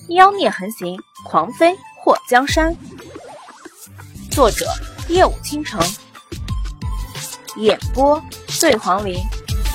妖孽横行，狂飞祸江山。作者：夜舞倾城，演播：醉黄林。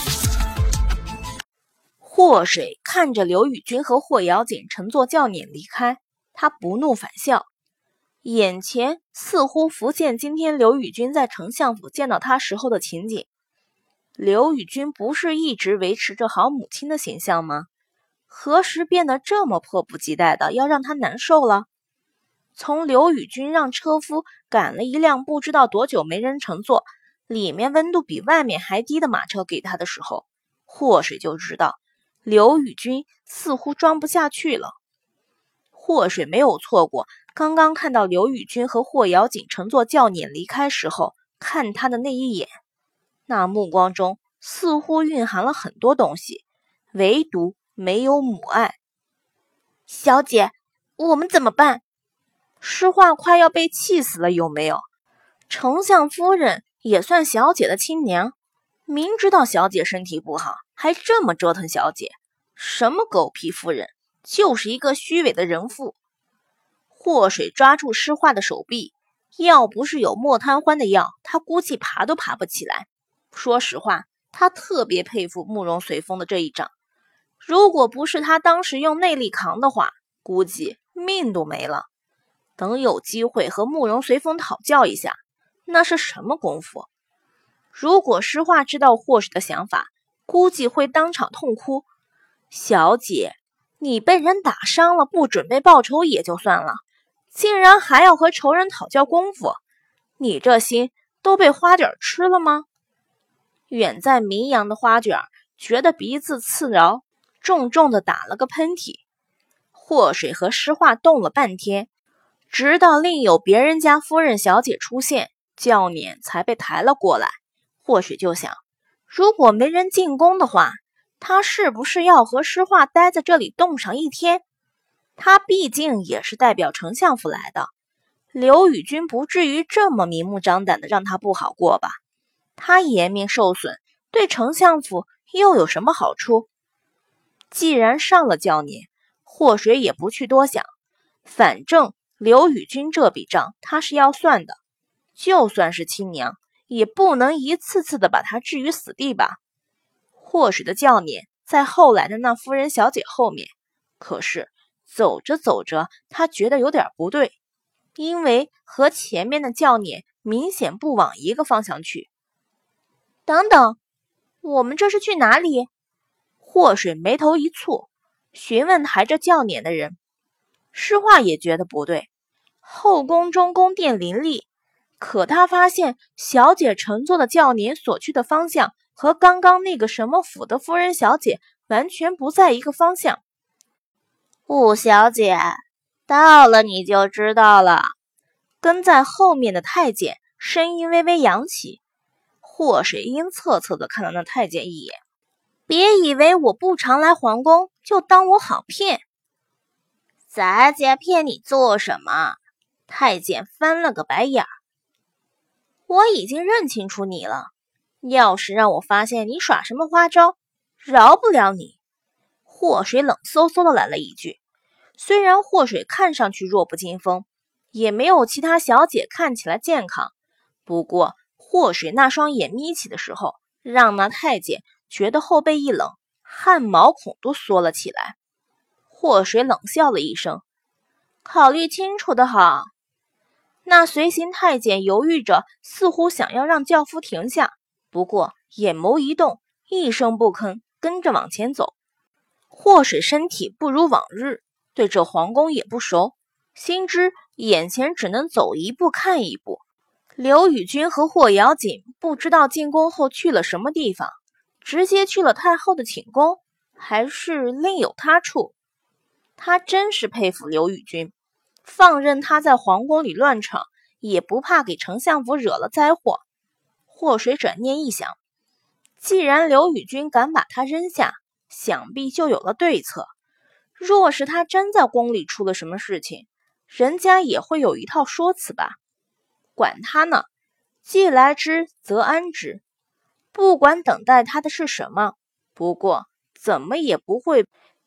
祸水看着刘宇君和霍瑶锦乘坐轿辇离开，他不怒反笑，眼前似乎浮现今天刘宇君在丞相府见到他时候的情景。刘宇君不是一直维持着好母亲的形象吗？何时变得这么迫不及待的要让他难受了？从刘宇君让车夫赶了一辆不知道多久没人乘坐，里面温度比外面还低的马车给他的时候，祸水就知道刘宇君似乎装不下去了。祸水没有错过刚刚看到刘宇君和霍瑶锦乘坐轿辇离开时候看他的那一眼，那目光中似乎蕴含了很多东西，唯独没有母爱。小姐，我们怎么办？诗画快要被气死了，有没有？丞相夫人也算小姐的亲娘，明知道小姐身体不好，还这么折腾小姐，什么狗屁夫人，就是一个虚伪的人妇。祸水抓住诗画的手臂，要不是有莫贪欢的药，他估计爬都爬不起来。说实话，他特别佩服慕容随风的这一掌，如果不是他当时用内力扛的话，估计命都没了。等有机会和慕容随风讨教一下，那是什么功夫？如果诗画知道祸水的想法，估计会当场痛哭。小姐，你被人打伤了，不准备报仇也就算了，竟然还要和仇人讨教功夫，你这心都被花卷吃了吗？远在名扬的花卷觉得鼻子刺挠，重重地打了个喷嚏。祸水和诗画动了半天，直到另有别人家夫人小姐出现，轿辇才被抬了过来。祸水就想，如果没人进宫的话，他是不是要和诗画待在这里冻上一天？他毕竟也是代表丞相府来的，刘宇君不至于这么明目张胆的让他不好过吧？他颜面受损，对丞相府又有什么好处？既然上了轿辇，祸水也不去多想，反正刘宇君这笔账他是要算的，就算是亲娘，也不能一次次的把他置于死地吧。祸水的轿辇在后来的那夫人小姐后面，可是走着走着，他觉得有点不对，因为和前面的轿辇明显不往一个方向去。等等，我们这是去哪里？祸水眉头一蹙，询问抬着轿辇的人。诗画也觉得不对，后宫中宫殿林立，可他发现小姐乘坐的轿辇所去的方向和刚刚那个什么府的夫人小姐完全不在一个方向。五小姐，到了你就知道了。跟在后面的太监声音微微扬起，祸水阴恻恻地看了那太监一眼，别以为我不常来皇宫就当我好骗。咱家骗你做什么？太监翻了个白眼儿。我已经认清楚你了，要是让我发现你耍什么花招，饶不了你。祸水冷飕飕地来了一句，虽然祸水看上去弱不禁风，也没有其他小姐看起来健康，不过祸水那双眼眯起的时候，让那太监觉得后背一冷，汗毛孔都缩了起来。祸水冷笑了一声，考虑清楚的好。那随行太监犹豫着，似乎想要让轿夫停下，不过眼眸一动，一声不吭，跟着往前走。祸水身体不如往日，对这皇宫也不熟，心知眼前只能走一步看一步。刘宇君和霍瑶锦不知道进宫后去了什么地方，直接去了太后的寝宫，还是另有他处？他真是佩服刘宇君，放任他在皇宫里乱闯，也不怕给丞相府惹了灾祸。祸水转念一想，既然刘宇君敢把他扔下，想必就有了对策。若是他真在宫里出了什么事情，人家也会有一套说辞吧。管他呢，既来之则安之，不管等待他的是什么，不过怎么也不会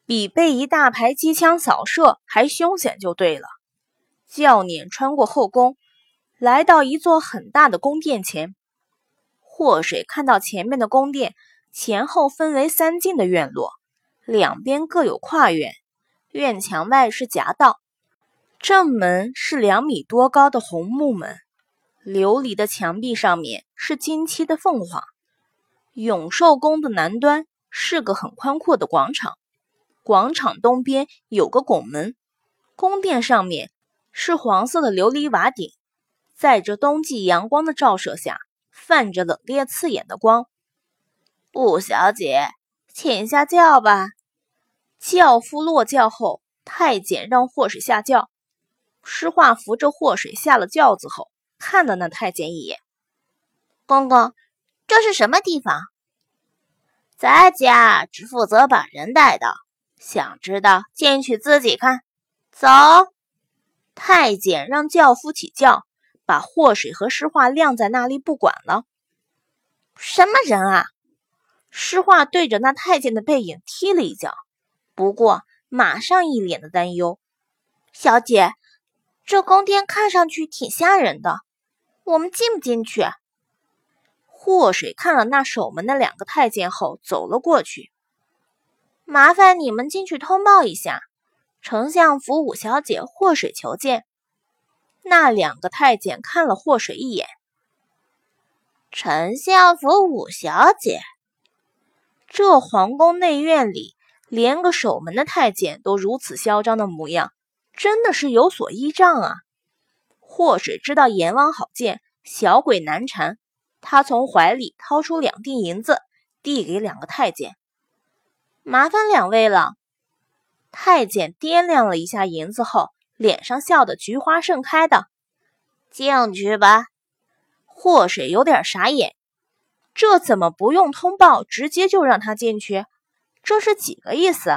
比被一大排机枪扫射还凶险就对了。轿辇穿过后宫，来到一座很大的宫殿前。祸水看到前面的宫殿前后分为3进的院落，两边各有跨院，院墙外是夹道，正门是2米多高的红木门，琉璃的墙壁上面是金漆的凤凰。永寿宫的南端是个很宽阔的广场，广场东边有个拱门，宫殿上面是黄色的琉璃瓦顶，在这冬季阳光的照射下，泛着冷冽刺眼的光。五小姐，请下轿吧。轿夫落轿后，太监让祸水下轿。诗画扶着祸水下了轿子后，看了那太监一眼。公公，这是什么地方？咱家只负责把人带到，想知道进去自己看。走。太监让轿夫起轿，把祸水和诗画晾在那里不管了。什么人啊？诗画对着那太监的背影踢了一脚，不过马上一脸的担忧。小姐，这宫殿看上去挺吓人的，我们进不进去？祸水看了那守门的2个太监后走了过去。麻烦你们进去通报一下，丞相府五小姐祸水求见。那2个太监看了祸水一眼。丞相府五小姐？这皇宫内院里连个守门的太监都如此嚣张的模样，真的是有所依仗啊。祸水知道阎王好见，小鬼难缠，他从怀里掏出2锭银子，递给2个太监。麻烦2位了。太监掂量了一下银子后，脸上笑得菊花盛开的。进去吧。祸水有点傻眼，这怎么不用通报，直接就让他进去？这是几个意思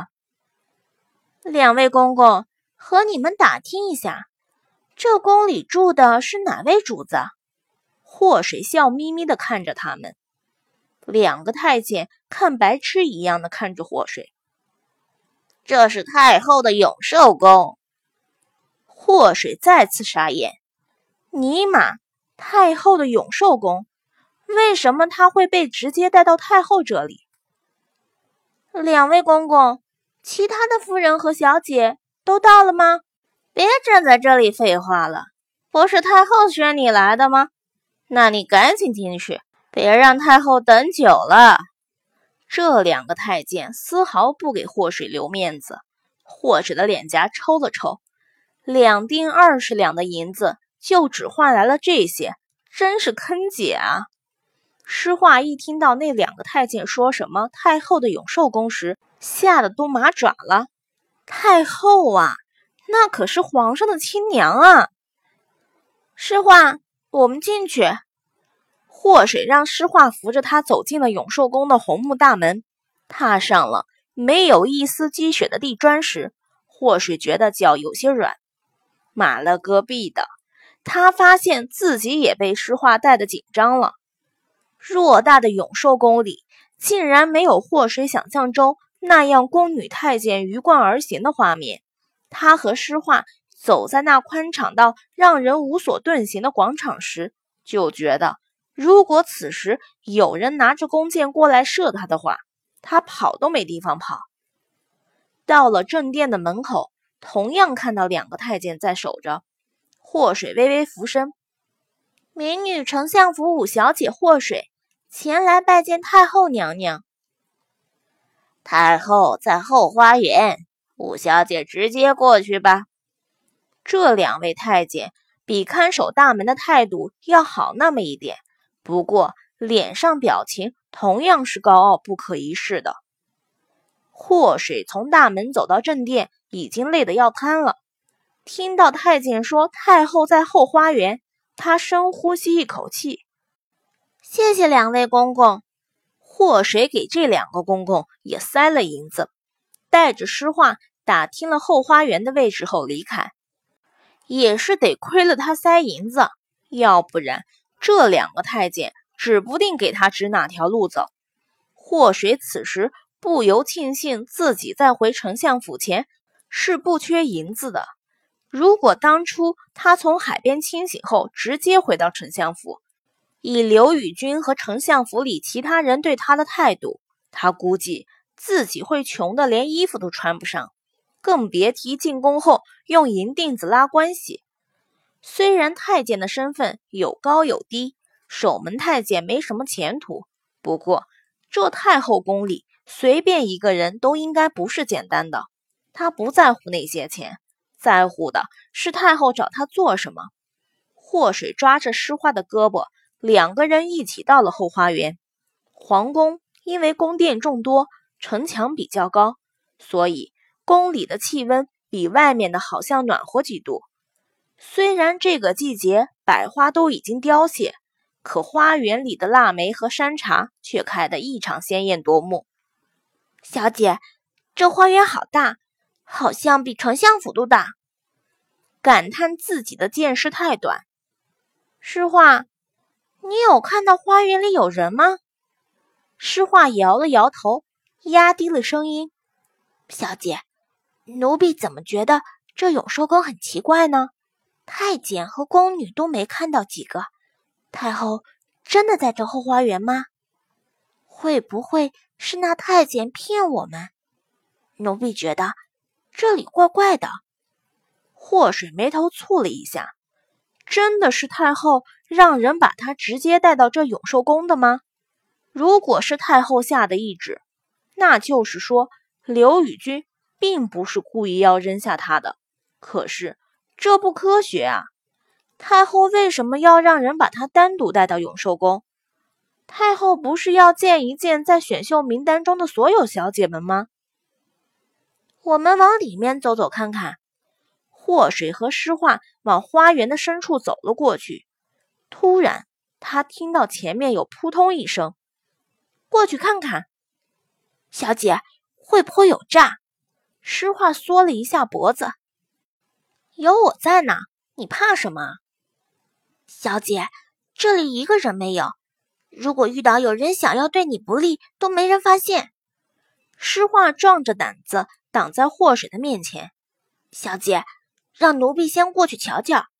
？2位公公，和你们打听一下，这宫里住的是哪位主子？祸水笑眯眯地看着他们。2个太监看白痴一样的看着祸水。这是太后的永寿宫。祸水再次傻眼。尼玛，太后的永寿宫，为什么他会被直接带到太后这里？2位公公，其他的夫人和小姐都到了吗？别站在这里废话了，不是太后选你来的吗？那你赶紧进去，别让太后等久了。这2个太监丝毫不给祸水留面子，祸水的脸颊抽了抽，2锭20两的银子就只换来了这些，真是坑姐啊！诗画一听到那2个太监说什么太后的永寿宫时，吓得都麻爪了。太后啊，那可是皇上的亲娘啊！诗画，我们进去。祸水让诗画扶着他走进了永寿宫的红木大门，踏上了没有一丝积雪的地砖时，祸水觉得脚有些软。妈了个逼的，他发现自己也被诗画带得紧张了。偌大的永寿宫里，竟然没有祸水想象中那样宫女太监鱼贯而行的画面。他和诗画走在那宽敞到让人无所遁形的广场时，就觉得如果此时有人拿着弓箭过来射他的话，他跑都没地方跑。到了正殿的门口，同样看到2个太监在守着。祸水微微俯身，民女丞相府五小姐祸水前来拜见太后娘娘。太后在后花园，五小姐直接过去吧。这2位太监比看守大门的态度要好那么一点，不过脸上表情同样是高傲不可一世的。祸水从大门走到正殿，已经累得要瘫了。听到太监说太后在后花园，他深呼吸一口气。谢谢2位公公。祸水给这2个公公也塞了银子，带着诗画打听了后花园的位置后离开。也是得亏了他塞银子，要不然这2个太监指不定给他指哪条路走。祸水此时不由庆幸自己在回丞相府前是不缺银子的。如果当初他从海边清醒后直接回到丞相府，以刘宇君和丞相府里其他人对他的态度，他估计自己会穷得连衣服都穿不上，更别提进宫后用银锭子拉关系。虽然太监的身份有高有低，守门太监没什么前途，不过这太后宫里随便一个人都应该不是简单的。他不在乎那些钱，在乎的是太后找他做什么。祸水抓着诗画的胳膊，两个人一起到了后花园。皇宫因为宫殿众多，城墙比较高，所以宫里的气温比外面的好像暖和几度。虽然这个季节百花都已经凋谢，可花园里的腊梅和山茶却开得异常鲜艳夺目。 小姐，这花园好大，好像比丞相府都大。 感叹自己的见识太短。诗画，你有看到花园里有人吗？诗画摇了摇头，压低了声音。 小姐，奴婢怎么觉得这永寿宫很奇怪呢？太监和宫女都没看到几个，太后真的在这后花园吗？会不会是那太监骗我们？奴婢觉得这里怪怪的。 祸水眉头蹙了一下，真的是太后让人把他直接带到这永寿宫的吗？如果是太后下的懿旨，那就是说刘宇君并不是故意要扔下他的。可是这不科学啊！太后为什么要让人把他单独带到永寿宫？太后不是要见一见在选秀名单中的所有小姐们吗？我们往里面走走看看。祸水和诗画往花园的深处走了过去。突然，他听到前面有扑通一声，过去看看。 小姐，会不会有诈？ 诗画缩了一下脖子。有我在呢，你怕什么？ 小姐，这里一个人没有，如果遇到有人想要对你不利，都没人发现。 诗画壮着胆子挡在祸水的面前。 小姐，让奴婢先过去瞧瞧。